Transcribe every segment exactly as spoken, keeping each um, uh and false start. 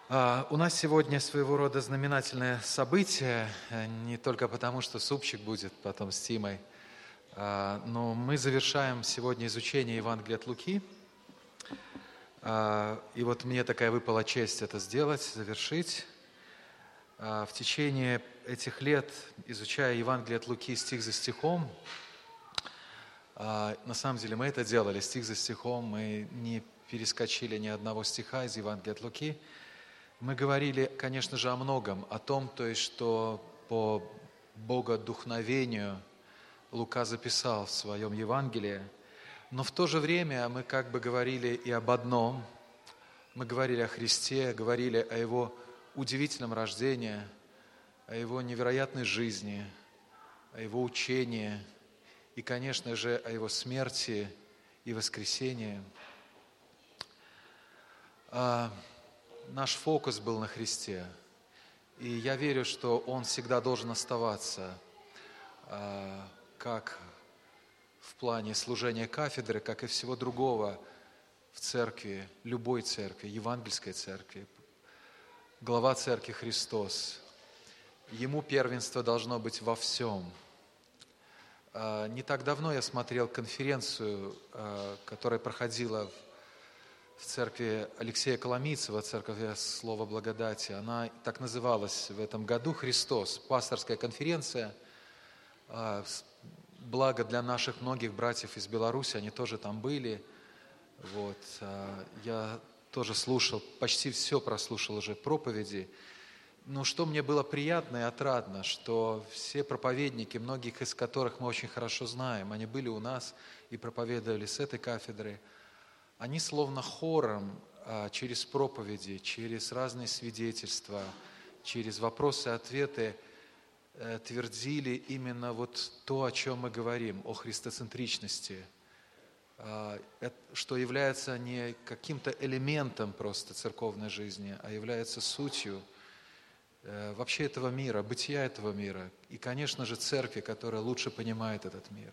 А, У нас сегодня своего рода знаменательное событие, э, не только потому, что супчик будет потом с Тимой, а, но мы завершаем сегодня изучение Евангелия от Луки. А, И вот мне такая выпала честь это сделать, завершить. А, В течение этих лет, изучая Евангелие от Луки стих за стихом, а, на самом деле мы это делали стих за стихом, мы не перескочили ни одного стиха из Евангелия от Луки. Мы говорили, конечно же, о многом, о том, то есть, что по богодухновению Лука записал в своем Евангелии, но в то же время мы как бы говорили и об одном. Мы говорили о Христе, говорили о Его удивительном рождении, о Его невероятной жизни, о Его учении и, конечно же, о Его смерти и воскресении. Наш фокус был на Христе, и я верю, что Он всегда должен оставаться как в плане служения кафедры, как и всего другого в церкви, любой церкви, евангельской церкви. Глава церкви Христос. Ему первенство должно быть во всем. Не так давно я смотрел конференцию, которая проходила в церкви Алексея Коломийцева, церковь Слова Благодати. Она так называлась в этом году «Христос», пасторская конференция. Благо для наших многих братьев из Беларуси, они тоже там были. Вот. Я тоже слушал, почти все прослушал уже проповеди. Но что мне было приятно и отрадно, что все проповедники, многих из которых мы очень хорошо знаем, они были у нас и проповедовали с этой кафедры, они словно хором через проповеди, через разные свидетельства, через вопросы и ответы твердили именно вот то, о чем мы говорим, о христоцентричности, что является не каким-то элементом просто церковной жизни, а является сутью вообще этого мира, бытия этого мира. И, конечно же, церкви, которая лучше понимает этот мир.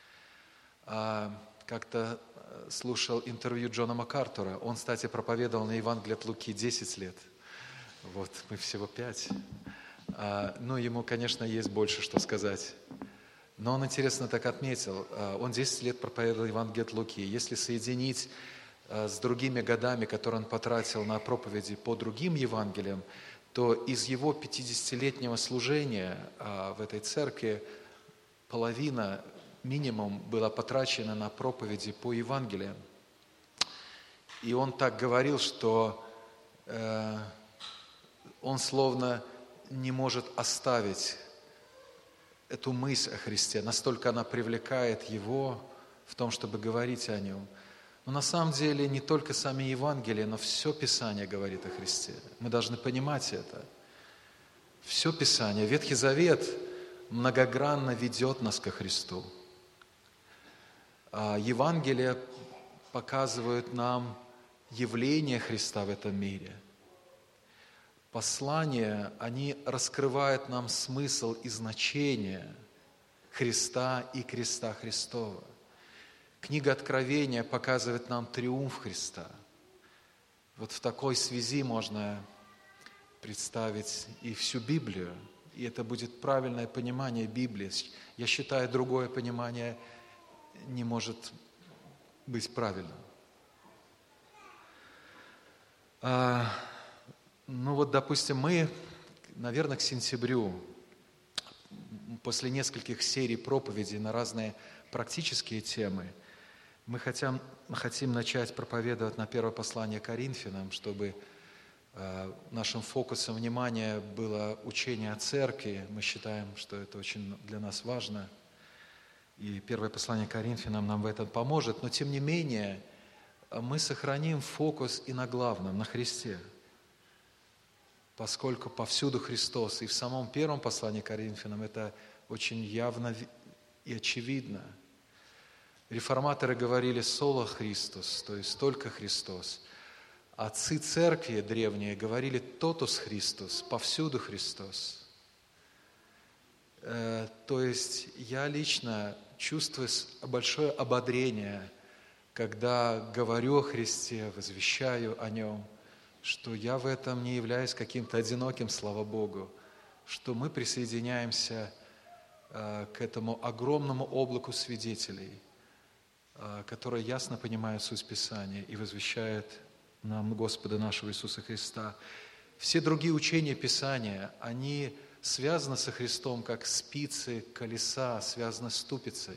Как-то слушал интервью Джона МакАртура. Он, кстати, проповедовал на Евангелии от Луки десять лет. Вот, мы всего пять. Ну, ему, конечно, есть больше что сказать. Но он интересно так отметил. Он десять лет проповедовал Евангелие от Луки. Если соединить с другими годами, которые он потратил на проповеди по другим Евангелиям, то из его пятидесятилетнего служения в этой церкви половина минимум было потрачено на проповеди по Евангелиям. И он так говорил, что э, он словно не может оставить эту мысль о Христе. Настолько она привлекает его в том, чтобы говорить о нем. Но на самом деле не только сами Евангелия, но все Писание говорит о Христе. Мы должны понимать это. Все Писание, Ветхий Завет многогранно ведет нас ко Христу. Евангелия показывают нам явление Христа в этом мире. Послания, они раскрывают нам смысл и значение Христа и креста Христова. Книга Откровения показывает нам триумф Христа. Вот в такой связи можно представить и всю Библию, и это будет правильное понимание Библии. Я считаю, другое понимание не может быть правильным. А, ну вот, допустим, мы, наверное, к сентябрю, после нескольких серий проповедей на разные практические темы, мы хотим, хотим начать проповедовать на первое послание Коринфянам, чтобы э, нашим фокусом внимания было учение о церкви. Мы считаем, что это очень для нас важно. И первое послание Коринфянам нам в этом поможет. Но, тем не менее, мы сохраним фокус и на главном, на Христе. Поскольку повсюду Христос. И в самом первом послании Коринфянам это очень явно и очевидно. Реформаторы говорили «соло Христос», то есть «только Христос». Отцы церкви древние говорили «тотус Христос», «повсюду Христос». Э, то есть я лично чувствую большое ободрение, когда говорю о Христе, возвещаю о Нем, что я в этом не являюсь каким-то одиноким, слава Богу, что мы присоединяемся э, к этому огромному облаку свидетелей, э, которые ясно понимают суть Писания и возвещают нам Господа нашего Иисуса Христа. Все другие учения Писания, они связаны со Христом, как спицы колеса связаны с ступицей.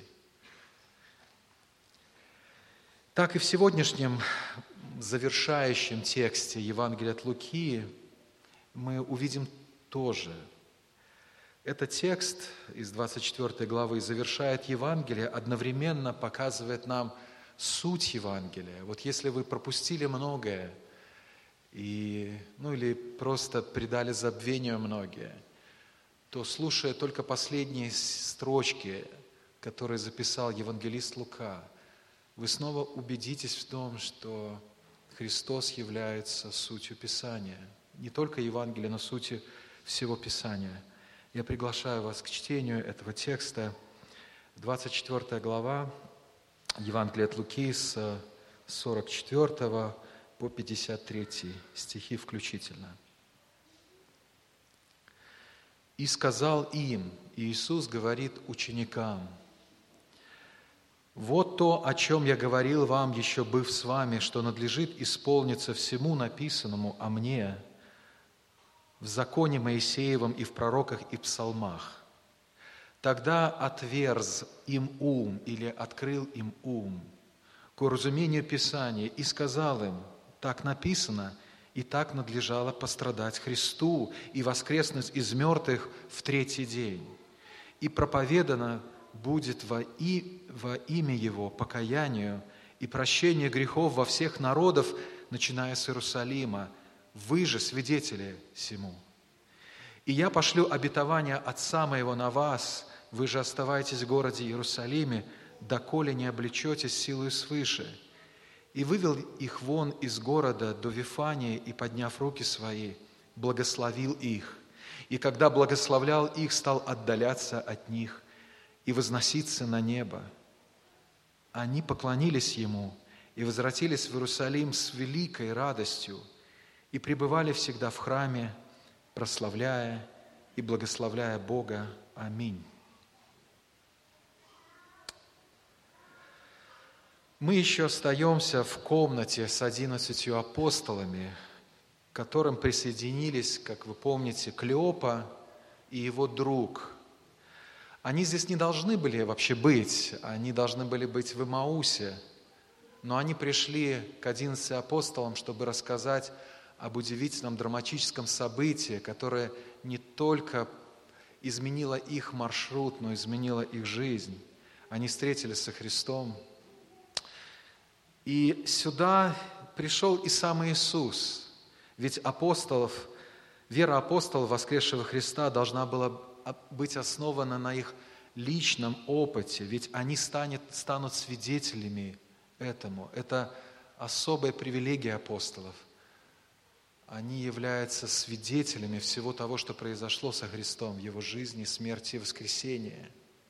Так и в сегодняшнем завершающем тексте Евангелия от Луки мы увидим тоже. Этот текст из двадцать четвёртой главы завершает Евангелие, одновременно показывает нам суть Евангелия. Вот если вы пропустили многое, и, ну или просто предали забвению многие, то, слушая только последние строчки, которые записал евангелист Лука, вы снова убедитесь в том, что Христос является сутью Писания. Не только Евангелия, но сутью всего Писания. Я приглашаю вас к чтению этого текста. двадцать четвёртая глава Евангелия от Луки с сорок четвёртого по пятьдесят третий стихи включительно. «И сказал им», Иисус говорит ученикам, «Вот то, о чем я говорил вам, еще быв с вами, что надлежит исполниться всему написанному о мне в законе Моисеевом и в пророках и псалмах. Тогда отверз им ум или открыл им ум к уразумению Писания и сказал им, так написано, и так надлежало пострадать Христу и воскреснуть из мертвых в третий день. И проповедано будет во, и, во имя Его покаянию и прощение грехов во всех народов, начиная с Иерусалима. Вы же свидетели сему. И я пошлю обетование Отца Моего на вас, вы же оставайтесь в городе Иерусалиме, доколе не облечетесь силою свыше. И вывел их вон из города до Вифании, и, подняв руки свои, благословил их. И когда благословлял их, стал отдаляться от них и возноситься на небо. Они поклонились Ему и возвратились в Иерусалим с великой радостью и пребывали всегда в храме, прославляя и благословляя Бога. Аминь. Мы еще остаемся в комнате с одиннадцатью апостолами, к которым присоединились, как вы помните, Клеопа и его друг. Они здесь не должны были вообще быть, они должны были быть в Имаусе, но они пришли к одиннадцати апостолам, чтобы рассказать об удивительном драматическом событии, которое не только изменило их маршрут, но изменило их жизнь. Они встретились со Христом. И сюда пришел и сам Иисус. Ведь апостолов, вера апостолов воскресшего Христа должна была быть основана на их личном опыте, ведь они станет, станут свидетелями этому. Это особая привилегия апостолов. Они являются свидетелями всего того, что произошло со Христом в Его жизни, смерти и воскресении.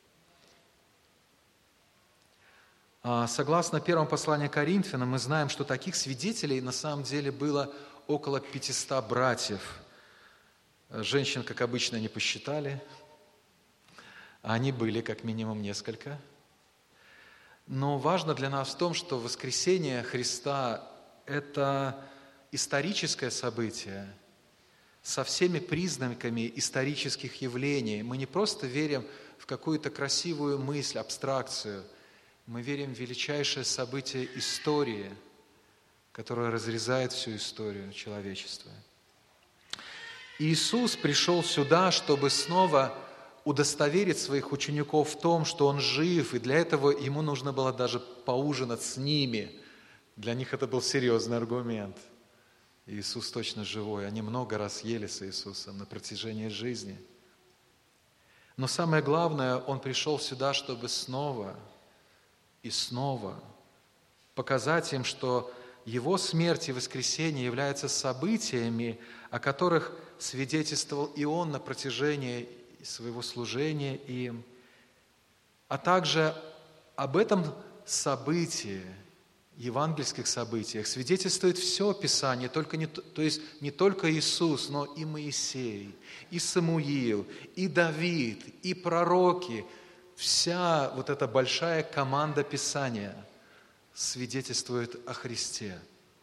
Согласно первому посланию к Коринфянам, мы знаем, что таких свидетелей на самом деле было около пятисот братьев. Женщин, как обычно, не посчитали. Они были как минимум несколько. Но важно для нас в том, что воскресение Христа – это историческое событие со всеми признаками исторических явлений. Мы не просто верим в какую-то красивую мысль, абстракцию. Мы верим в величайшее событие истории, которое разрезает всю историю человечества. Иисус пришел сюда, чтобы снова удостоверить своих учеников в том, что Он жив, и для этого Ему нужно было даже поужинать с ними. Для них это был серьезный аргумент. Иисус точно живой. Они много раз ели с Иисусом на протяжении жизни. Но самое главное, Он пришел сюда, чтобы снова и снова показать им, что Его смерть и воскресение являются событиями, о которых свидетельствовал и Он на протяжении своего служения им, а также об этом событии евангельских событиях свидетельствует все Писание, только не, то есть не только Иисус, но и Моисей, и Самуил, и Давид, и пророки. Вся вот эта большая команда Писания свидетельствует о Христе.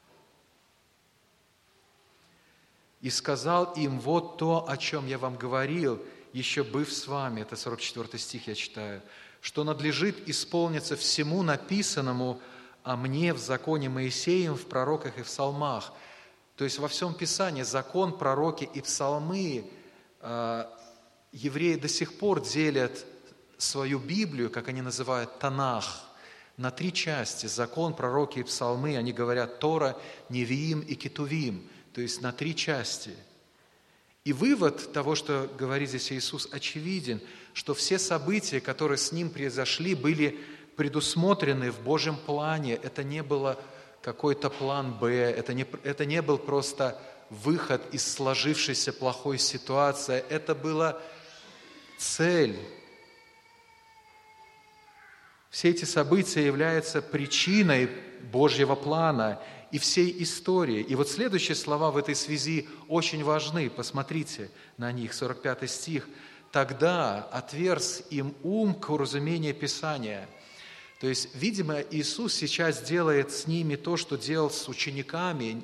«И сказал им, вот то, о чем я вам говорил, еще быв с вами», это сорок четвёртый стих я читаю, «что надлежит исполниться всему написанному о мне в законе Моисеем, в пророках и в псалмах». То есть во всем Писании закон, пророки и псалмы, э, евреи до сих пор делят свою Библию, как они называют, Танах, на три части. Закон, пророки и псалмы, они говорят Тора, Невиим и Кетувим, то есть на три части. И вывод того, что говорит здесь Иисус, очевиден, что все события, которые с Ним произошли, были предусмотрены в Божьем плане. Это не было какой-то план Б, это не, это не был просто выход из сложившейся плохой ситуации, это была цель. Все эти события являются причиной Божьего плана и всей истории. И вот следующие слова в этой связи очень важны. Посмотрите на них, сорок пятый стих. «Тогда отверз им ум к уразумению Писания». То есть, видимо, Иисус сейчас делает с ними то, что делал с учениками,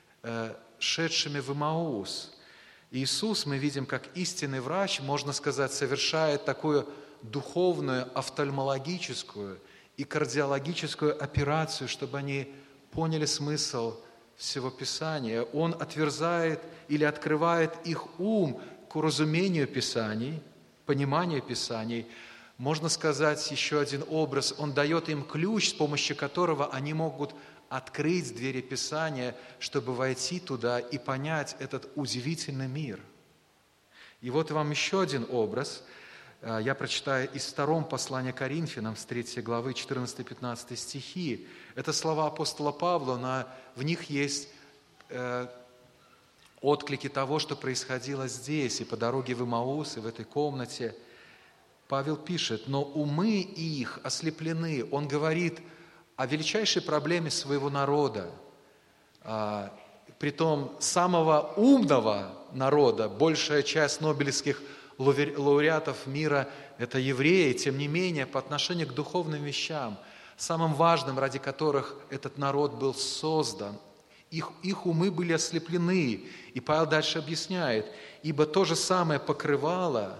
шедшими в Имаус. Иисус, мы видим, как истинный врач, можно сказать, совершает такую духовную, офтальмологическую и кардиологическую операцию, чтобы они поняли смысл всего Писания. Он отверзает или открывает их ум к уразумению Писаний, пониманию Писаний. Можно сказать еще один образ. Он дает им ключ, с помощью которого они могут открыть двери Писания, чтобы войти туда и понять этот удивительный мир. И вот вам еще один образ. Я прочитаю из второго послания Коринфянам, с третьей главы, четырнадцатый-пятнадцатый стихи. Это слова апостола Павла, но в них есть э, отклики того, что происходило здесь, и по дороге в Имаус, и в этой комнате. Павел пишет, но умы их ослеплены. Он говорит о величайшей проблеме своего народа, а, притом самого умного народа. Большая часть нобелевских лауреатов мира – это евреи. Тем не менее, по отношению к духовным вещам, самым важным, ради которых этот народ был создан, их, их умы были ослеплены. И Павел дальше объясняет, ибо то же самое покрывало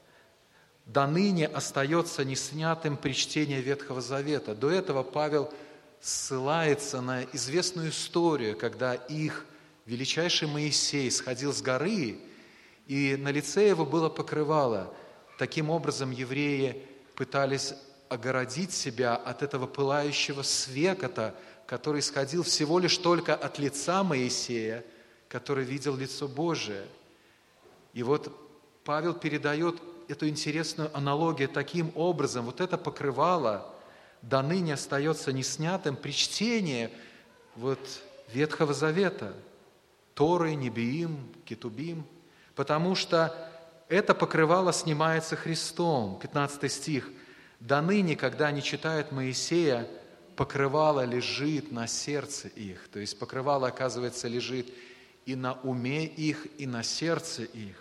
до ныне остается неснятым при чтении Ветхого Завета. До этого Павел ссылается на известную историю, когда их величайший Моисей сходил с горы, и на лице его было покрывало. Таким образом, евреи пытались огородить себя от этого пылающего свекота, который исходил всего лишь только от лица Моисея, который видел лицо Божие. И вот Павел передает эту интересную аналогию таким образом. Вот это покрывало до ныне остается неснятым при чтении вот Ветхого Завета, Торы, Небиим, Кетубим, потому что это покрывало снимается Христом. пятнадцатый стих. До ныне, когда они читают Моисея, покрывало лежит на сердце их. То есть покрывало, оказывается, лежит и на уме их, и на сердце их.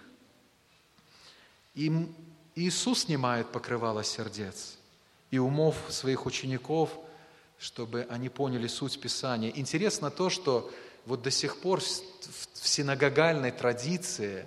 И Иисус снимает покрывало сердец и умов своих учеников, чтобы они поняли суть Писания. Интересно то, что вот до сих пор в синагогальной традиции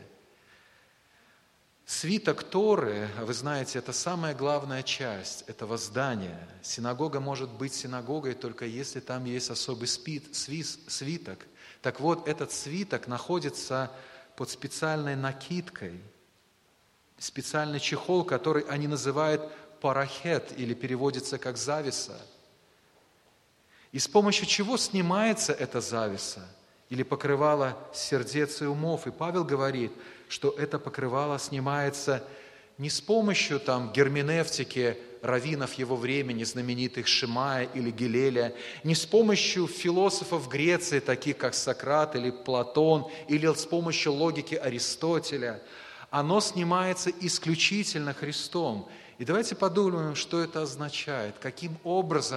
свиток Торы, вы знаете, это самая главная часть этого здания. Синагога может быть синагогой только если там есть особый свиток. Так вот, этот свиток находится под специальной накидкой, специальный чехол, который они называют парахет, или переводится как завеса. И с помощью чего снимается эта завеса, или покрывало сердец и умов? И Павел говорит, что это покрывало снимается не с помощью там, герменевтики раввинов его времени, знаменитых Шимая или Гилеля, не с помощью философов Греции, таких как Сократ или Платон, или с помощью логики Аристотеля. Оно снимается исключительно Христом. И давайте подумаем, что это означает, каким образом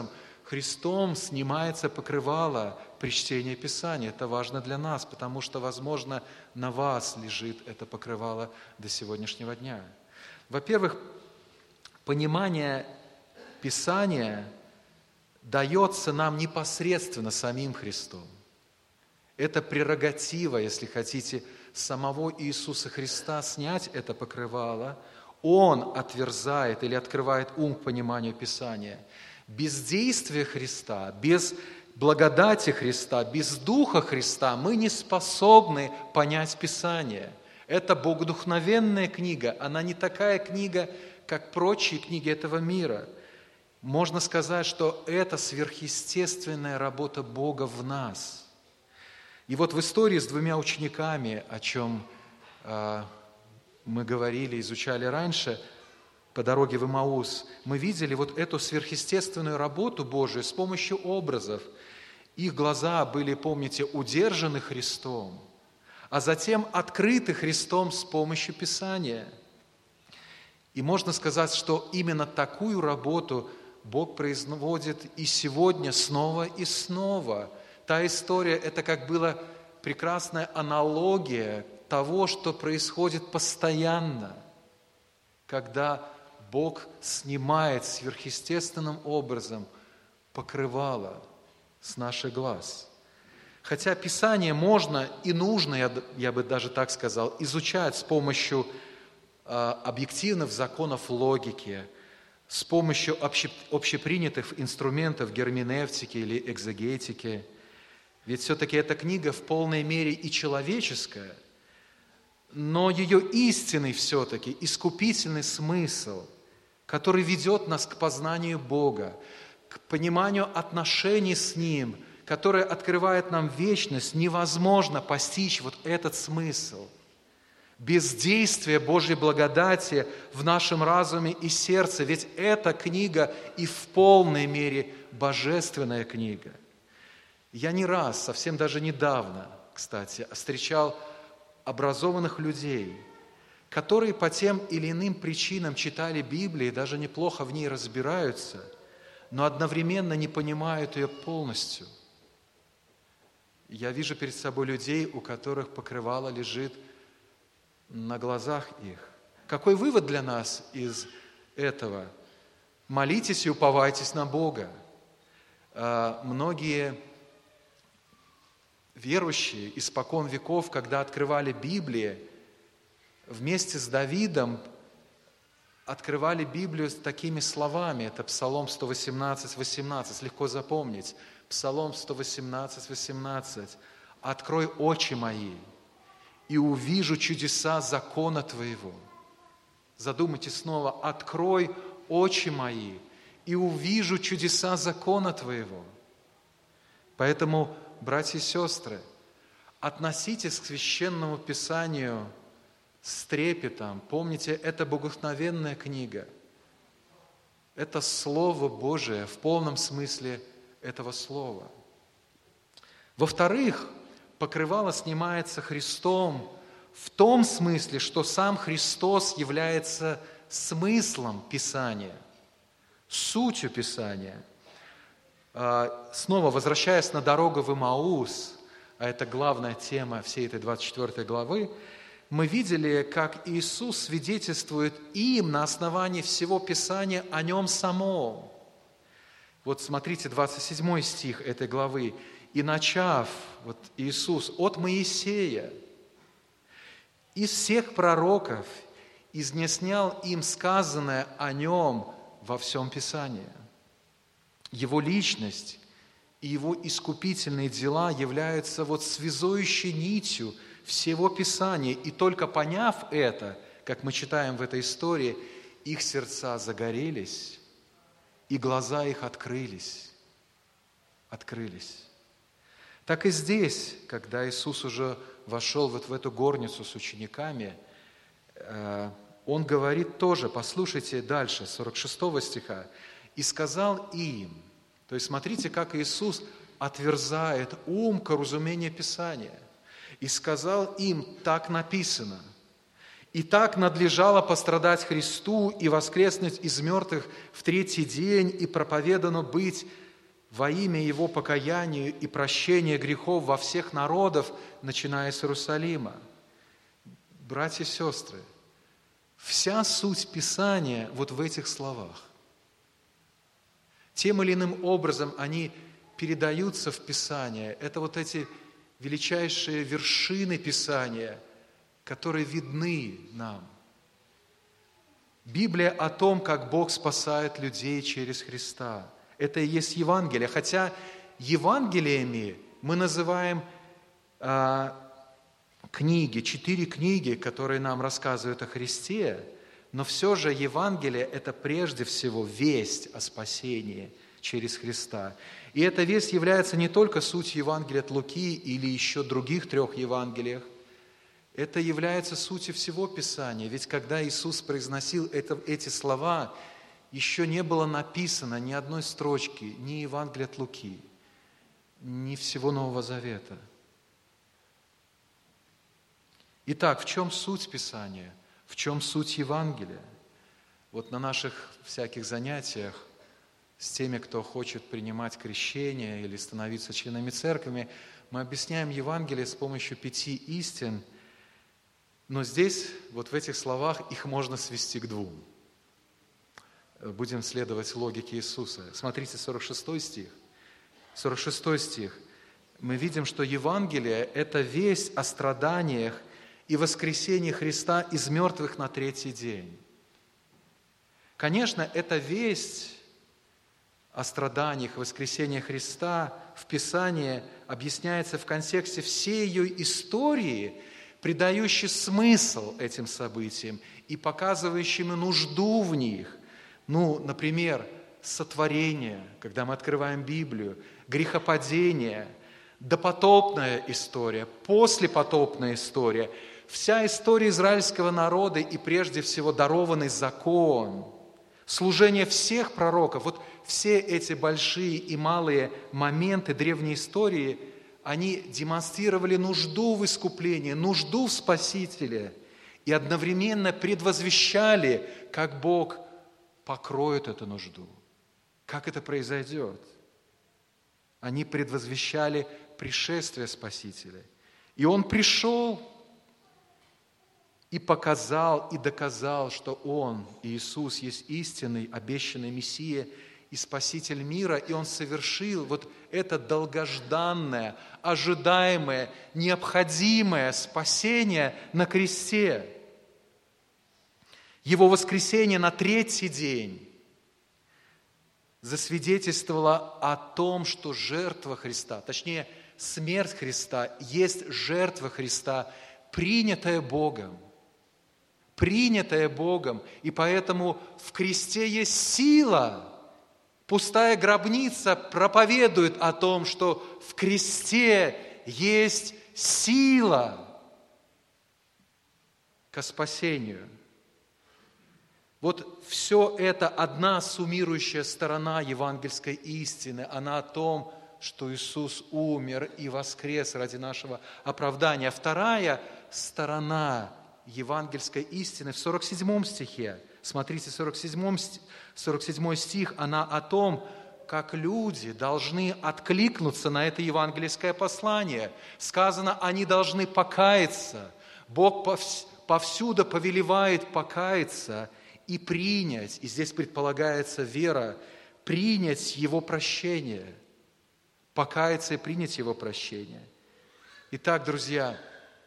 Христом снимается покрывало при чтении Писания. Это важно для нас, потому что, возможно, на вас лежит это покрывало до сегодняшнего дня. Во-первых, понимание Писания дается нам непосредственно самим Христом. Это прерогатива, если хотите, самого Иисуса Христа снять это покрывало. Он отверзает или открывает ум к пониманию Писания. Без действия Христа, без благодати Христа, без Духа Христа мы не способны понять Писание. Это богодухновенная книга, она не такая книга, как прочие книги этого мира. Можно сказать, что это сверхъестественная работа Бога в нас. И вот в истории с двумя учениками, о чем э, мы говорили, изучали раньше, по дороге в Имаус, мы видели вот эту сверхъестественную работу Божию с помощью образов. Их глаза были, помните, удержаны Христом, а затем открыты Христом с помощью Писания. И можно сказать, что именно такую работу Бог производит и сегодня снова и снова. Та история – это как была прекрасная аналогия того, что происходит постоянно, когда Бог снимает сверхъестественным образом покрывало с наших глаз. Хотя Писание можно и нужно, я, я бы даже так сказал, изучать с помощью э, объективных законов логики, с помощью обще, общепринятых инструментов герменевтики или экзегетики. Ведь все-таки эта книга в полной мере и человеческая, но ее истинный все-таки искупительный смысл, который ведет нас к познанию Бога, к пониманию отношений с Ним, который открывает нам вечность, невозможно постичь вот этот смысл без действия Божьей благодати в нашем разуме и сердце. Ведь эта книга и в полной мере божественная книга. Я не раз, совсем даже недавно, кстати, встречал образованных людей, которые по тем или иным причинам читали Библию и даже неплохо в ней разбираются, но одновременно не понимают ее полностью. Я вижу перед собой людей, у которых покрывало лежит на глазах их. Какой вывод для нас из этого? Молитесь и уповайтесь на Бога. Многие верующие испокон веков, когда открывали Библию, вместе с Давидом открывали Библию с такими словами. Это Псалом сто восемнадцать, восемнадцать, легко запомнить. Псалом сто восемнадцать, восемнадцать. «Открой очи мои, и увижу чудеса закона Твоего». Задумайте снова. «Открой очи мои, и увижу чудеса закона Твоего». Поэтому, братья и сестры, относитесь к Священному Писанию с трепетом. Помните, это богодухновенная книга. Это Слово Божие в полном смысле этого слова. Во-вторых, покрывало снимается Христом в том смысле, что сам Христос является смыслом Писания, сутью Писания. Снова возвращаясь на дорогу в Имаус, а это главная тема всей этой двадцать четвёртой главы, мы видели, как Иисус свидетельствует им на основании всего Писания о Нем самом. Вот смотрите, двадцать седьмой стих этой главы. «И начав, вот Иисус, от Моисея, из всех пророков, изъяснял им сказанное о Нем во всем Писании». Его личность и Его искупительные дела являются вот связующей нитью всего Писания. И только поняв это, как мы читаем в этой истории, их сердца загорелись, и глаза их открылись. Открылись. Так и здесь, когда Иисус уже вошел вот в эту горницу с учениками, Он говорит тоже, послушайте дальше, сорок шестого стиха, «И сказал им», то есть смотрите, как Иисус отверзает ум к разумению Писания. «И сказал им, так написано, и так надлежало пострадать Христу и воскреснуть из мертвых в третий день, и проповедано быть во имя Его покаяния и прощения грехов во всех народов, начиная с Иерусалима. Братья и сестры, вся суть Писания вот в этих словах. Тем или иным образом они передаются в Писание. Это вот эти величайшие вершины Писания, которые видны нам. Библия о том, как Бог спасает людей через Христа. Это и есть Евангелие. Хотя Евангелиями мы называем а, книги, четыре книги, которые нам рассказывают о Христе, но все же Евангелие – это прежде всего весть о спасении через Христа. И эта весть является не только сутью Евангелия от Луки или еще других трех Евангелиях, это является сутью всего Писания. Ведь когда Иисус произносил это, эти слова, еще не было написано ни одной строчки, ни Евангелия от Луки, ни всего Нового Завета. Итак, в чем суть Писания? В чем суть Евангелия? Вот на наших всяких занятиях с теми, кто хочет принимать крещение или становиться членами церкви, мы объясняем Евангелие с помощью пяти истин, но здесь, вот в этих словах, их можно свести к двум. Будем следовать логике Иисуса. Смотрите, сорок шестой стих. сорок шестой стих. Мы видим, что Евангелие – это весть о страданиях и воскресении Христа из мертвых на третий день. Конечно, эта весть о страданиях, воскресении Христа в Писании объясняется в контексте всей ее истории, придающей смысл этим событиям и показывающей нужду в них. Ну, например, сотворение, когда мы открываем Библию, грехопадение, допотопная история, послепотопная история, вся история израильского народа и прежде всего дарованный закон, служение всех пророков, вот все эти большие и малые моменты древней истории, они демонстрировали нужду в искуплении, нужду в Спасителе и одновременно предвозвещали, как Бог покроет эту нужду, как это произойдет. Они предвозвещали пришествие Спасителя. И Он пришел и показал, и доказал, что Он, Иисус, есть истинный, обещанный Мессия и Спаситель мира, и Он совершил вот это долгожданное, ожидаемое, необходимое спасение на кресте. Его воскресение на третий день засвидетельствовало о том, что жертва Христа, точнее, смерть Христа есть жертва Христа, принятая Богом. Принятая Богом, и поэтому в кресте есть сила. Пустая гробница проповедует о том, что в кресте есть сила ко спасению. Вот все это одна суммирующая сторона евангельской истины. Она о том, что Иисус умер и воскрес ради нашего оправдания. Вторая сторона евангельской истины в сорок седьмом стихе. Смотрите, сорок седьмой стих, она о том, как люди должны откликнуться на это евангельское послание. Сказано, они должны покаяться. Бог повсюду повелевает покаяться и принять, и здесь предполагается вера, принять Его прощение. Покаяться и принять Его прощение. Итак, друзья,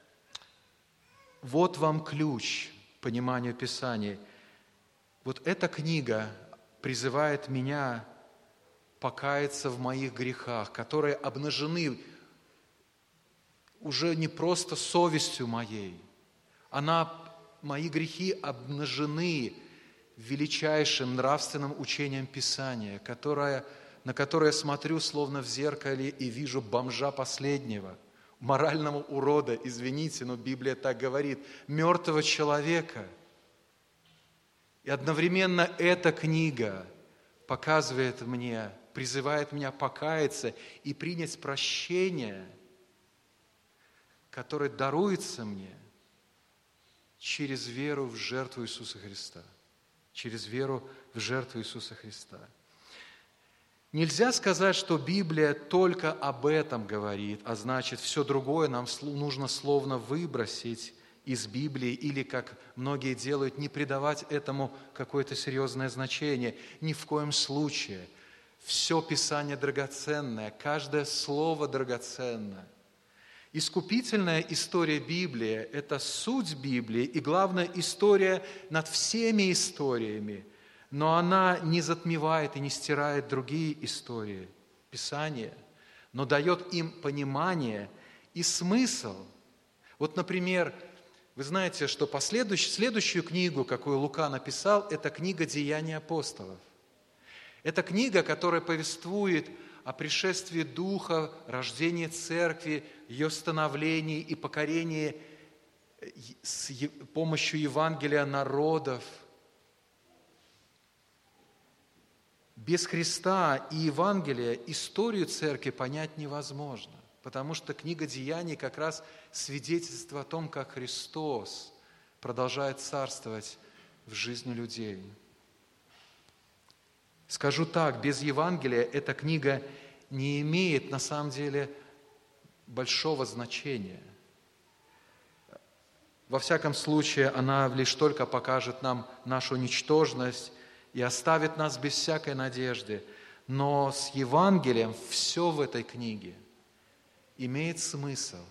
вот вам ключ к пониманию Писания. Вот эта книга призывает меня покаяться в моих грехах, которые обнажены уже не просто совестью моей. Она, мои грехи обнажены величайшим нравственным учением Писания, которое, на которое я смотрю словно в зеркале и вижу бомжа последнего, морального урода, извините, но Библия так говорит, мертвого человека. И одновременно эта книга показывает мне, призывает меня покаяться и принять прощение, которое даруется мне через веру в жертву Иисуса Христа. Через веру в жертву Иисуса Христа. Нельзя сказать, что Библия только об этом говорит, а значит, все другое нам нужно словно выбросить из Библии или, как многие делают, не придавать этому какое-то серьезное значение. Ни в коем случае. Все Писание драгоценное, каждое слово драгоценно. Искупительная история Библии – это суть Библии и, главное, история над всеми историями. Но она не затмевает и не стирает другие истории Писания, но дает им понимание и смысл. Вот, например, вы знаете, что последующую, следующую книгу, какую Лука написал, это книга «Деяния апостолов». Это книга, которая повествует о пришествии Духа, рождении Церкви, ее становлении и покорении с помощью Евангелия народов. Без Христа и Евангелия историю Церкви понять невозможно, потому что книга Деяний как раз свидетельство о том, как Христос продолжает царствовать в жизни людей. Скажу так, без Евангелия эта книга не имеет на самом деле большого значения. Во всяком случае, она лишь только покажет нам нашу ничтожность и оставит нас без всякой надежды. Но с Евангелием все в этой книге имеет смысл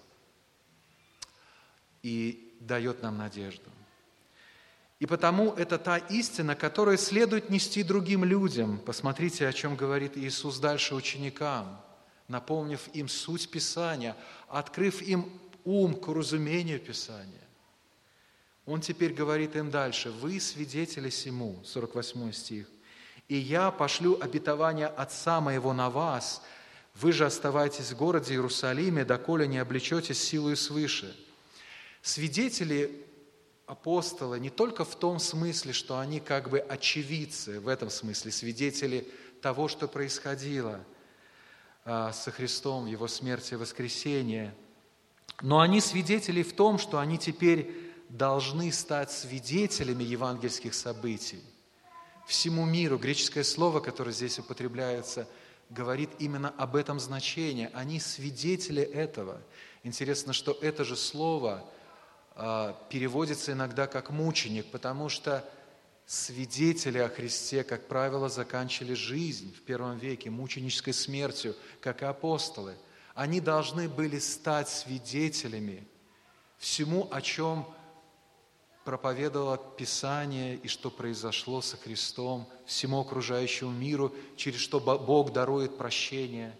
и дает нам надежду. И потому это та истина, которую следует нести другим людям. Посмотрите, о чем говорит Иисус дальше ученикам, напомнив им суть Писания, открыв им ум к разумению Писания. Он теперь говорит им дальше: «Вы свидетели сему», сорок восьмой стих, «и я пошлю обетование Отца моего на вас, вы же оставайтесь в городе Иерусалиме, доколе не облечетесь силою свыше». Свидетели апостолы не только в том смысле, что они как бы очевидцы, в этом смысле свидетели того, что происходило со Христом, Его смерти и воскресения, но они свидетели в том, что они теперь должны стать свидетелями евангельских событий всему миру. Греческое слово, которое здесь употребляется, говорит именно об этом значении. Они свидетели этого. Интересно, что это же слово переводится иногда как мученик, потому что свидетели о Христе, как правило, заканчивали жизнь в первом веке мученической смертью, как и апостолы. Они должны были стать свидетелями всему, о чем проповедовало Писание и что произошло со Христом, всему окружающему миру, через что Бог дарует прощение.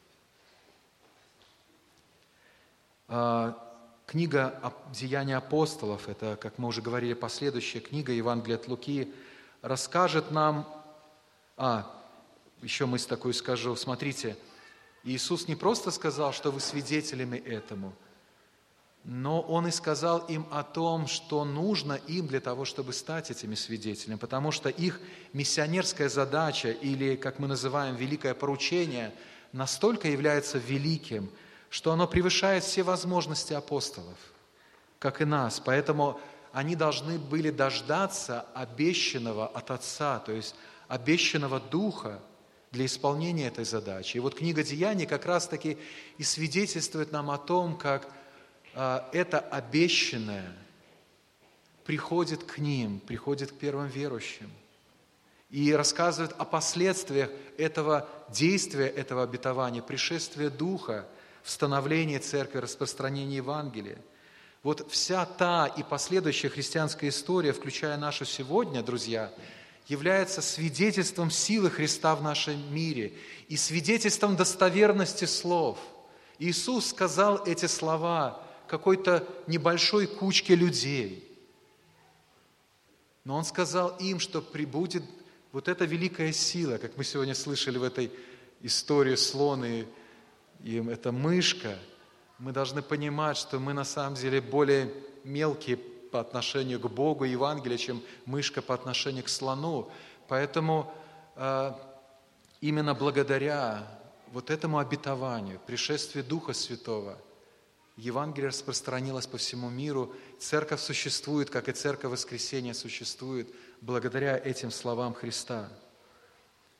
Книга «Деяния апостолов», это, как мы уже говорили, последующая книга Евангелия от Луки, расскажет нам... А, еще мысль такую скажу. Смотрите, Иисус не просто сказал, что вы свидетелями этому, но Он и сказал им о том, что нужно им для того, чтобы стать этими свидетелями, потому что их миссионерская задача, или, как мы называем, великое поручение, настолько является великим, что оно превышает все возможности апостолов, как и нас. Поэтому они должны были дождаться обещанного от Отца, то есть обещанного Духа для исполнения этой задачи. И вот книга Деяний как раз-таки и свидетельствует нам о том, как а, это обещанное приходит к ним, приходит к первым верующим. И рассказывает о последствиях этого действия, этого обетования, пришествия Духа, в становлении церкви, распространении Евангелия. Вот вся та и последующая христианская история, включая нашу сегодня, друзья, является свидетельством силы Христа в нашем мире и свидетельством достоверности слов. Иисус сказал эти слова какой-то небольшой кучке людей, но Он сказал им, что прибудет вот эта великая сила, как мы сегодня слышали в этой истории слон и И эта мышка, мы должны понимать, что мы на самом деле более мелкие по отношению к Богу, Евангелию, чем мышка по отношению к слону. Поэтому э, именно благодаря вот этому обетованию, пришествию Духа Святого, Евангелие распространилось по всему миру. Церковь существует, как и Церковь Воскресения существует, благодаря этим словам Христа.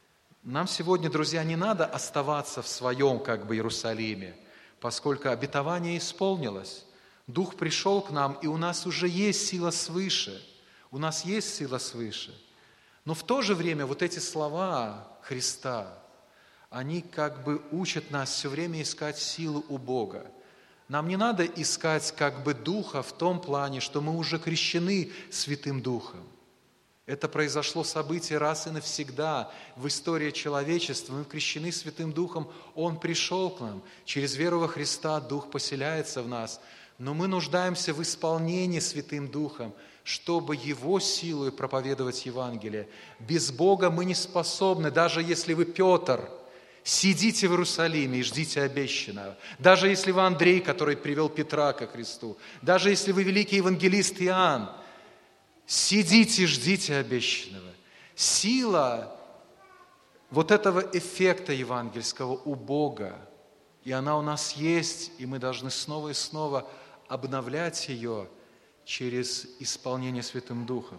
Нам сегодня, друзья, не надо оставаться в своем как бы Иерусалиме, поскольку обетование исполнилось. Дух пришел к нам, и у нас уже есть сила свыше. У нас есть сила свыше. Но в то же время вот эти слова Христа, они как бы учат нас все время искать силу у Бога. Нам не надо искать как бы Духа в том плане, что мы уже крещены Святым Духом. Это произошло событие раз и навсегда в истории человечества. Мы крещены Святым Духом, Он пришел к нам. Через веру во Христа Дух поселяется в нас. Но мы нуждаемся в исполнении Святым Духом, чтобы Его силой проповедовать Евангелие. Без Бога мы не способны, даже если вы Петр, сидите в Иерусалиме и ждите обещанного. Даже если вы Андрей, который привел Петра ко Христу. Даже если вы великий евангелист Иоанн, сидите, ждите обещанного. Сила вот этого эффекта евангельского у Бога, и она у нас есть, и мы должны снова и снова обновлять ее через исполнение Святым Духом.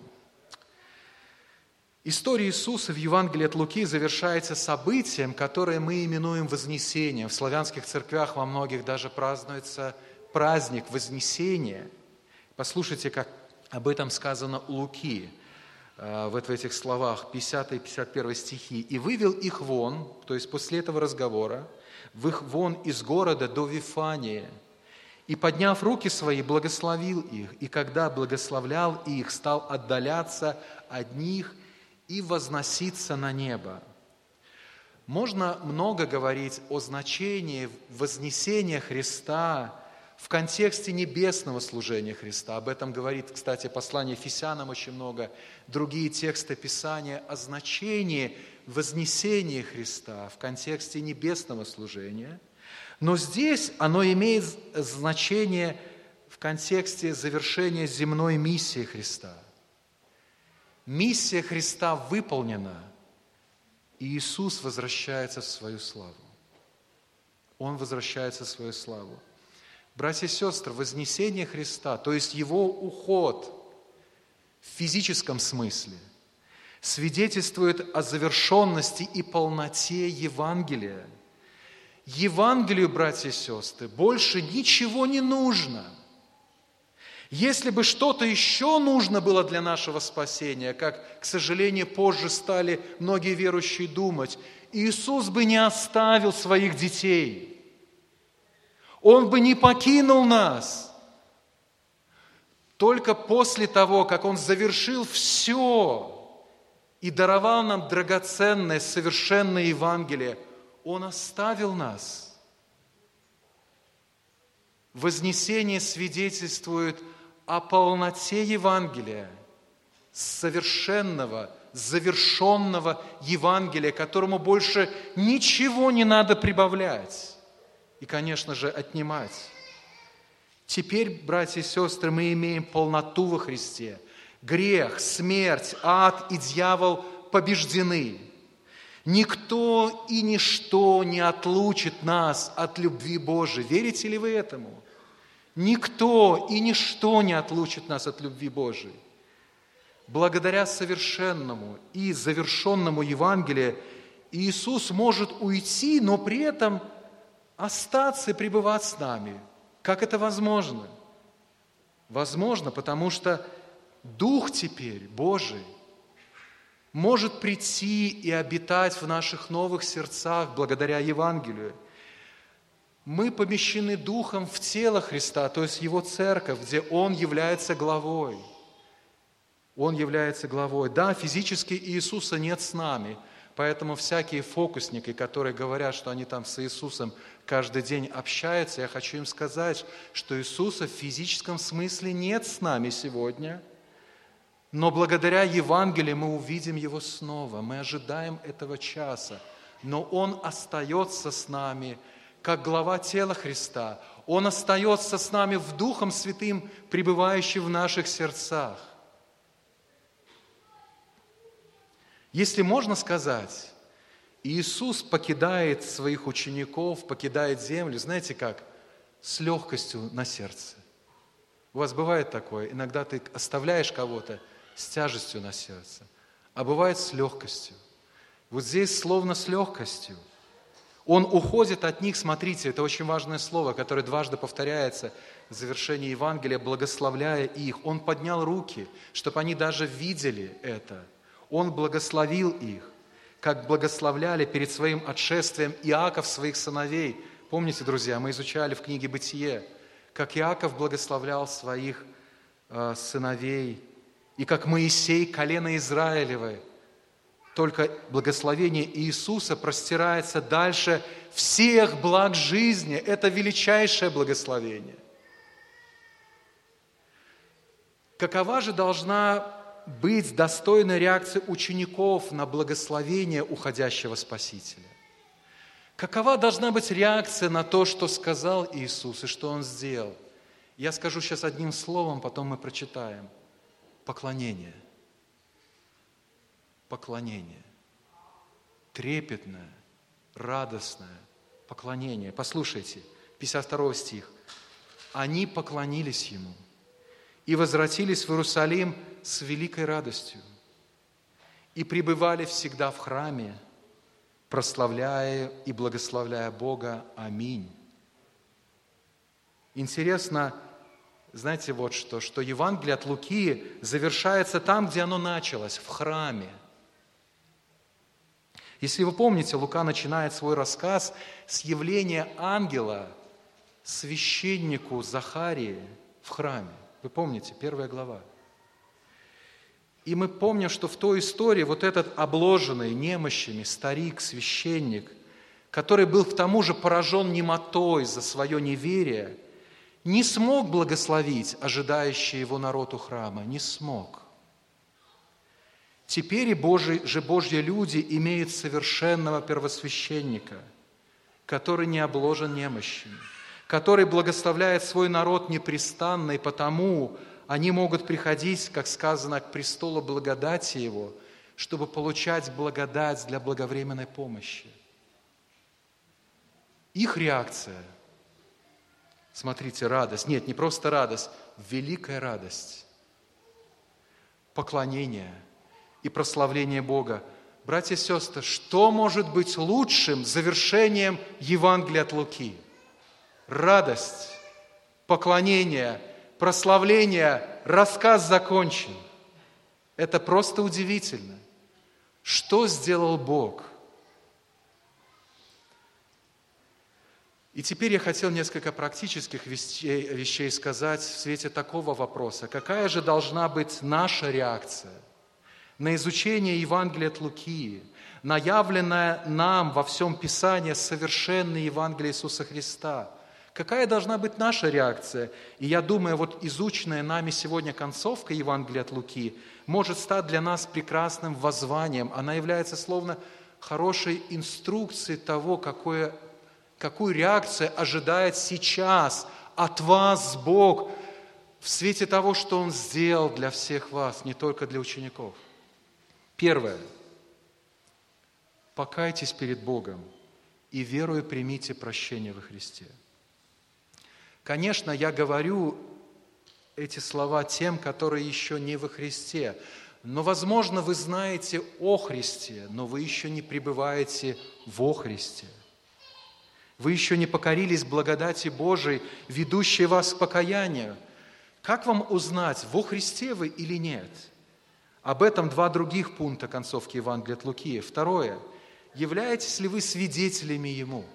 История Иисуса в Евангелии от Луки завершается событием, которое мы именуем Вознесением. В славянских церквях во многих даже празднуется праздник Вознесения. Послушайте, как об этом сказано у Луки, в этих словах, пятидесятый и пятьдесят первый стихи. «И вывел их вон», то есть после этого разговора, «вон из города до Вифания, и, подняв руки свои, благословил их, и когда благословлял их, стал отдаляться от них и возноситься на небо». Можно много говорить о значении вознесения Христа в контексте небесного служения Христа. Об этом говорит, кстати, послание Ефесянам очень много, другие тексты Писания о значении вознесения Христа в контексте небесного служения. Но здесь оно имеет значение в контексте завершения земной миссии Христа. Миссия Христа выполнена, и Иисус возвращается в свою славу. Он возвращается в свою славу. Братья и сестры, вознесение Христа, то есть Его уход в физическом смысле, свидетельствует о завершенности и полноте Евангелия. Евангелию, братья и сестры, больше ничего не нужно. Если бы что-то еще нужно было для нашего спасения, как, к сожалению, позже стали многие верующие думать, Иисус бы не оставил своих детей. Он бы не покинул нас. Только после того, как Он завершил все и даровал нам драгоценное, совершенное Евангелие, Он оставил нас. Вознесение свидетельствует о полноте Евангелия, совершенного, завершенного Евангелия, которому больше ничего не надо прибавлять и, конечно же, отнимать. Теперь, братья и сестры, мы имеем полноту во Христе. Грех, смерть, ад и дьявол побеждены. Никто и ничто не отлучит нас от любви Божией. Верите ли вы этому? Никто и ничто не отлучит нас от любви Божией. Благодаря совершенному и завершенному Евангелию Иисус может уйти, но при этом остаться и пребывать с нами. Как это возможно? Возможно, потому что Дух теперь Божий может прийти и обитать в наших новых сердцах благодаря Евангелию. Мы помещены Духом в тело Христа, то есть Его церковь, где Он является главой. Он является главой. Да, физически Иисуса нет с нами, поэтому всякие фокусники, которые говорят, что они там с Иисусом каждый день общаются, я хочу им сказать, что Иисуса в физическом смысле нет с нами сегодня, но благодаря Евангелию мы увидим Его снова, мы ожидаем этого часа, но Он остается с нами, как глава тела Христа. Он остается с нами в Духом Святым, пребывающий в наших сердцах. Если можно сказать, Иисус покидает своих учеников, покидает землю, знаете как? С легкостью на сердце. У вас бывает такое? Иногда ты оставляешь кого-то с тяжестью на сердце, а бывает с легкостью. Вот здесь словно с легкостью. Он уходит от них, смотрите, это очень важное слово, которое дважды повторяется в завершении Евангелия, благословляя их. Он поднял руки, чтобы они даже видели это. Он благословил их, как благословляли перед своим отшествием Иаков своих сыновей. Помните, друзья, мы изучали в книге «Бытие», как Иаков благословлял своих э, сыновей, и как Моисей, колено Израилевое. Только благословение Иисуса простирается дальше всех благ жизни. Это величайшее благословение. Какова же должна быть достойная реакция учеников на благословение уходящего Спасителя? Какова должна быть реакция на то, что сказал Иисус и что Он сделал? Я скажу сейчас одним словом, потом мы прочитаем. Поклонение. Поклонение. Трепетное, радостное поклонение. Послушайте, пятьдесят второй стих. Они поклонились Ему и возвратились в Иерусалим с великой радостью и пребывали всегда в храме, прославляя и благословляя Бога. Аминь. Интересно, знаете вот что, что Евангелие от Луки завершается там, где оно началось, в храме. Если вы помните, Лука начинает свой рассказ с явления ангела священнику Захарии в храме. Вы помните, первая глава. И мы помним, что в той истории вот этот обложенный немощами старик, священник, который был к тому же поражен немотой за свое неверие, не смог благословить ожидающий его народ у храма, не смог. Теперь и Божьи, же Божьи люди имеют совершенного первосвященника, который не обложен немощами, который благословляет свой народ непрестанно, и потому они могут приходить, как сказано, к престолу благодати Его, чтобы получать благодать для благовременной помощи. Их реакция, смотрите, радость, нет, не просто радость, великая радость, поклонение и прославление Бога. Братья и сестры, что может быть лучшим завершением Евангелия от Луки? Радость, поклонение, прославление, рассказ закончен. Это просто удивительно. Что сделал Бог? И теперь я хотел несколько практических вещей, вещей сказать в свете такого вопроса. Какая же должна быть наша реакция на изучение Евангелия от Луки, на явленное нам во всем Писании совершенное Евангелие Иисуса Христа? Какая должна быть наша реакция? И я думаю, вот изученная нами сегодня концовка Евангелия от Луки может стать для нас прекрасным воззванием. Она является словно хорошей инструкцией того, какое, какую реакцию ожидает сейчас от вас Бог в свете того, что Он сделал для всех вас, не только для учеников. Первое. Покайтесь перед Богом и верою примите прощение во Христе. Конечно, я говорю эти слова тем, которые еще не во Христе, но, возможно, вы знаете о Христе, но вы еще не пребываете во Христе. Вы еще не покорились благодати Божией, ведущей вас к покаянию. Как вам узнать, во Христе вы или нет? Об этом два других пункта концовки Евангелия от Луки. Второе. Являетесь ли вы свидетелями Ему?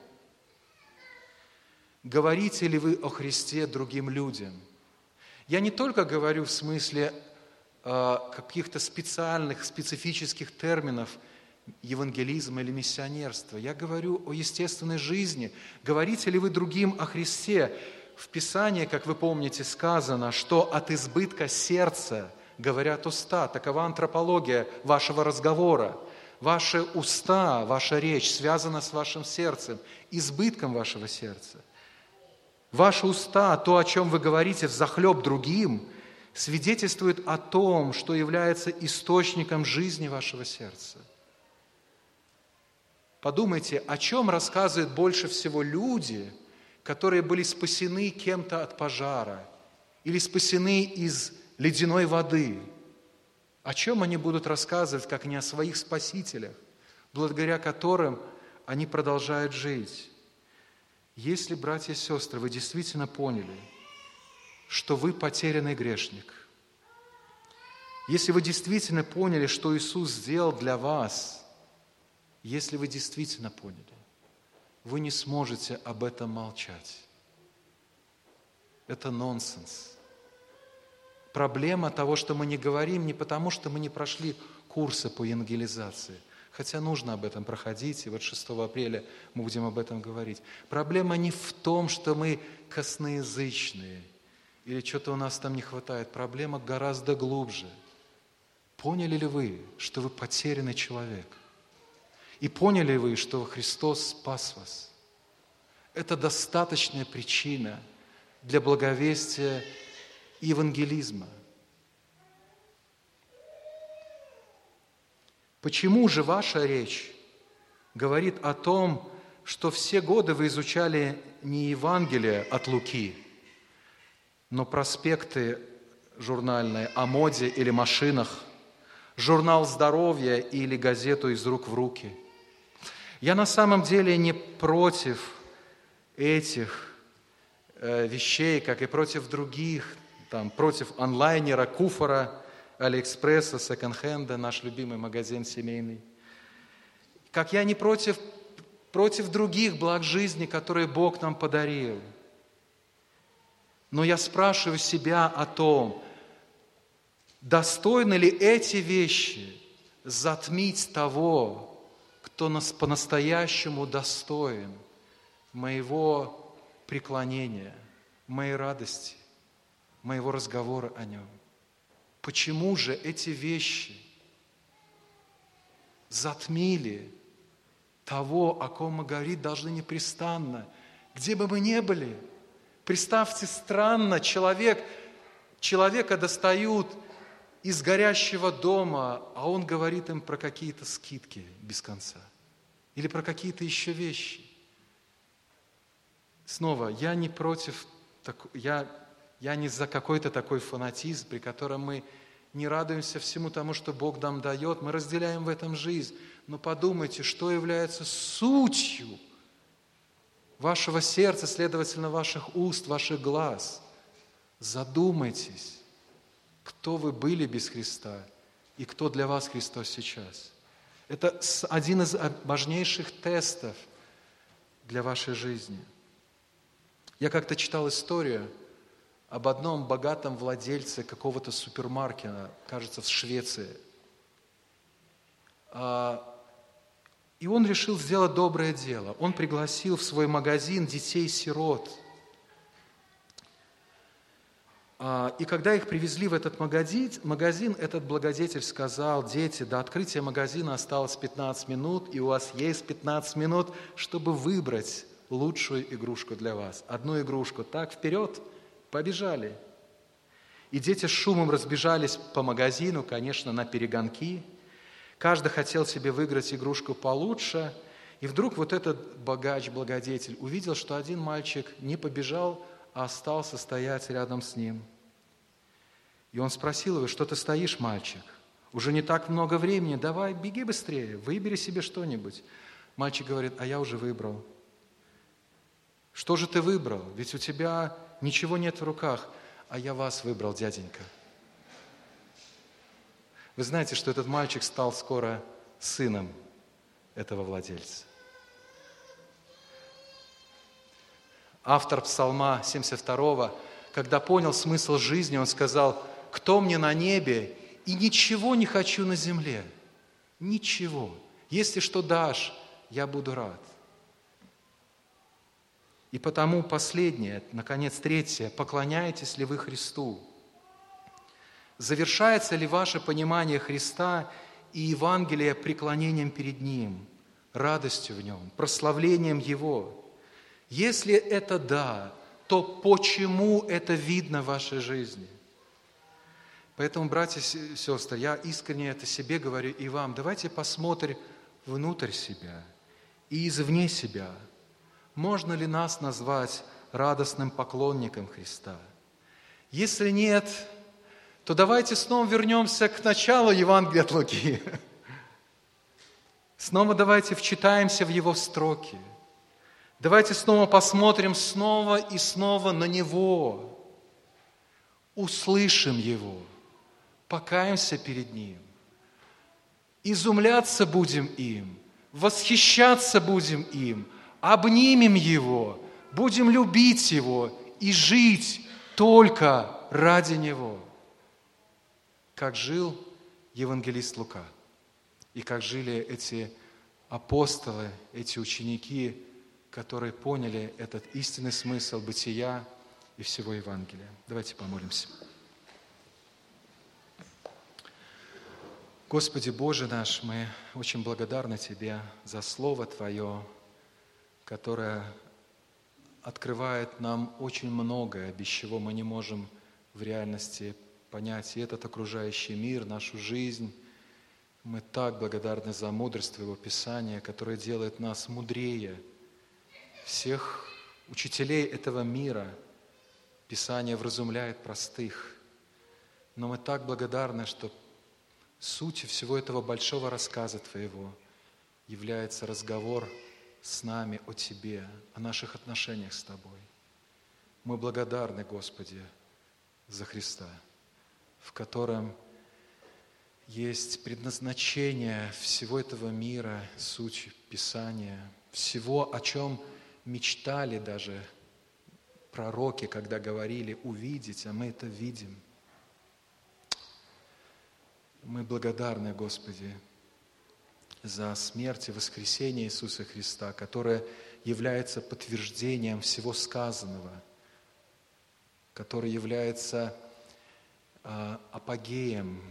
Говорите ли вы о Христе другим людям? Я не только говорю в смысле э, каких-то специальных, специфических терминов евангелизма или миссионерства. Я говорю о естественной жизни. Говорите ли вы другим о Христе? В Писании, как вы помните, сказано, что от избытка сердца говорят уста. Такова антропология вашего разговора. Ваши уста, ваша речь связана с вашим сердцем, избытком вашего сердца. Ваши уста, то, о чем вы говорите взахлеб другим, свидетельствует о том, что является источником жизни вашего сердца. Подумайте, о чем рассказывают больше всего люди, которые были спасены кем-то от пожара или спасены из ледяной воды. О чем они будут рассказывать, как не о своих спасителях? благодаря которым они продолжают жить. Если, братья и сестры, вы действительно поняли, что вы потерянный грешник, если вы действительно поняли, что Иисус сделал для вас, если вы действительно поняли, вы не сможете об этом молчать. Это нонсенс. Проблема того, что мы не говорим, не потому, что мы не прошли курсы по евангелизации, хотя нужно об этом проходить, и вот шестого апреля мы будем об этом говорить. Проблема не в том, что мы косноязычные, или что-то у нас там не хватает. Проблема гораздо глубже. Поняли ли вы, что вы потерянный человек? И поняли ли вы, что Христос спас вас? Это достаточная причина для благовестия и евангелизма. Почему же ваша речь говорит о том, что все годы вы изучали не Евангелие от Луки, но проспекты журнальные о моде или машинах, журнал здоровья или газету из рук в руки? Я на самом деле не против этих э, вещей, как и против других, там, против онлайнера, Куфора, Алиэкспресса, секонд-хенда, наш любимый магазин семейный. Как я не против, против других благ жизни, которые Бог нам подарил. Но я спрашиваю себя о том, достойны ли эти вещи затмить того, кто нас по-настоящему достоин моего преклонения, моей радости, моего разговора о нем. Почему же эти вещи затмили того, о ком мы говорить должны непрестанно, где бы мы ни были? Представьте, странно, человек, человека достают из горящего дома, а он говорит им про какие-то скидки без конца. Или про какие-то еще вещи. Снова, я не против, я, я не за какой-то такой фанатизм, при котором мы не радуемся всему тому, что Бог нам дает, мы разделяем в этом жизнь. Но подумайте, что является сутью вашего сердца, следовательно, ваших уст, ваших глаз. Задумайтесь, кто вы были без Христа и кто для вас Христос сейчас. Это один из важнейших тестов для вашей жизни. Я как-то читал историю об одном богатом владельце какого-то супермаркета, кажется, в Швеции. И он решил сделать доброе дело. Он пригласил в свой магазин детей-сирот. И когда их привезли в этот магазин, этот благодетель сказал: дети, до открытия магазина осталось пятнадцать минут, и у вас есть пятнадцать минут, чтобы выбрать лучшую игрушку для вас. Одну игрушку. Так, вперед, побежали. И дети с шумом разбежались по магазину, конечно, на перегонки. Каждый хотел себе выиграть игрушку получше. И вдруг вот этот богач-благодетель увидел, что один мальчик не побежал, а остался стоять рядом с ним. И он спросил его: что ты стоишь, мальчик? Уже не так много времени, давай, беги быстрее, выбери себе что-нибудь. Мальчик говорит: а я уже выбрал. Что же ты выбрал? Ведь у тебя ничего нет в руках. А я вас выбрал, дяденька. Вы знаете, что этот мальчик стал скоро сыном этого владельца. Автор Псалма семьдесят второго, когда понял смысл жизни, он сказал: кто мне на небе, и ничего не хочу на земле. Ничего. Если что дашь, я буду рад. И потому последнее, наконец, третье: поклоняетесь ли вы Христу? Завершается ли ваше понимание Христа и Евангелия преклонением перед Ним, радостью в Нем, прославлением Его? Если это да, то почему это видно в вашей жизни? Поэтому, братья и сестры, я искренне это себе говорю и вам. Давайте посмотрим внутрь себя и извне себя. Можно ли нас назвать радостным поклонником Христа? Если нет, то давайте снова вернемся к началу Евангелия от Луки. Снова давайте вчитаемся в Его строки. Давайте снова посмотрим снова и снова на Него. Услышим Его, покаемся перед Ним. Изумляться будем им, восхищаться будем им, обнимем Его, будем любить Его и жить только ради Него. Как жил евангелист Лука, и как жили эти апостолы, эти ученики, которые поняли этот истинный смысл бытия и всего Евангелия. Давайте помолимся. Господи Боже наш, мы очень благодарны Тебе за Слово Твое, которое открывает нам очень многое, без чего мы не можем в реальности понять и этот окружающий мир, нашу жизнь. Мы так благодарны за мудрость Твоего Писания, которое делает нас мудрее всех учителей этого мира. Писание вразумляет простых. Но мы так благодарны, что сутью всего этого большого рассказа Твоего является разговор с нами о Тебе, о наших отношениях с Тобой. Мы благодарны, Господи, за Христа, в котором есть предназначение всего этого мира, суть Писания, всего, о чем мечтали даже пророки, когда говорили увидеть, а мы это видим. Мы благодарны, Господи, за смерть и воскресение Иисуса Христа, которое является подтверждением всего сказанного, которое является э, апогеем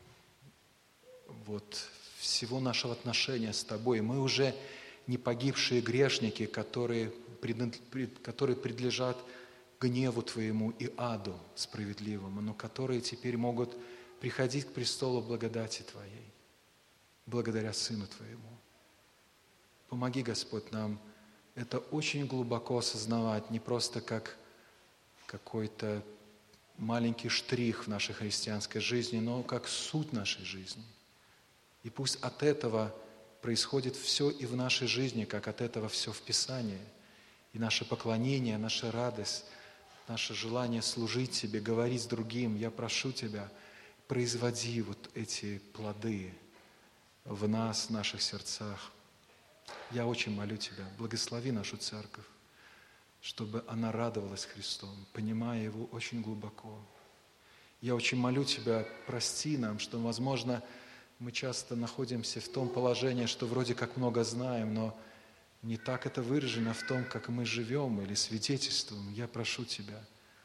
вот, всего нашего отношения с Тобой. Мы уже не погибшие грешники, которые, которые предлежат гневу Твоему и аду справедливому, но которые теперь могут приходить к престолу благодати Твоей, благодаря Сыну Твоему. Помоги, Господь, нам это очень глубоко осознавать, не просто как какой-то маленький штрих в нашей христианской жизни, но как суть нашей жизни. И пусть от этого происходит все и в нашей жизни, как от этого все в Писании. И наше поклонение, наша радость, наше желание служить Тебе, говорить с другим. Я прошу Тебя, производи вот эти плоды в нас, в наших сердцах. Я очень молю Тебя, благослови нашу церковь, чтобы она радовалась Христом, понимая Его очень глубоко. Я очень молю Тебя, прости нам, что, возможно, мы часто находимся в том положении, что вроде как много знаем, но не так это выражено в том, как мы живем или свидетельствуем. Я прошу Тебя,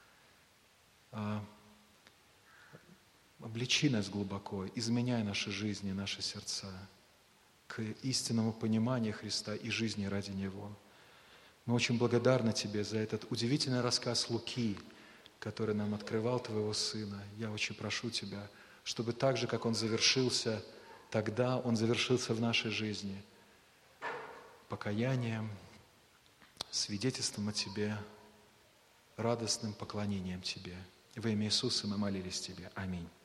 обличи нас глубоко, изменяй наши жизни, наши сердца к истинному пониманию Христа и жизни ради Него. Мы очень благодарны Тебе за этот удивительный рассказ Луки, который нам открывал Твоего Сына. Я очень прошу Тебя, чтобы так же, как он завершился тогда, он завершился в нашей жизни покаянием, свидетельством о Тебе, радостным поклонением Тебе. Во имя Иисуса мы молились Тебе. Аминь.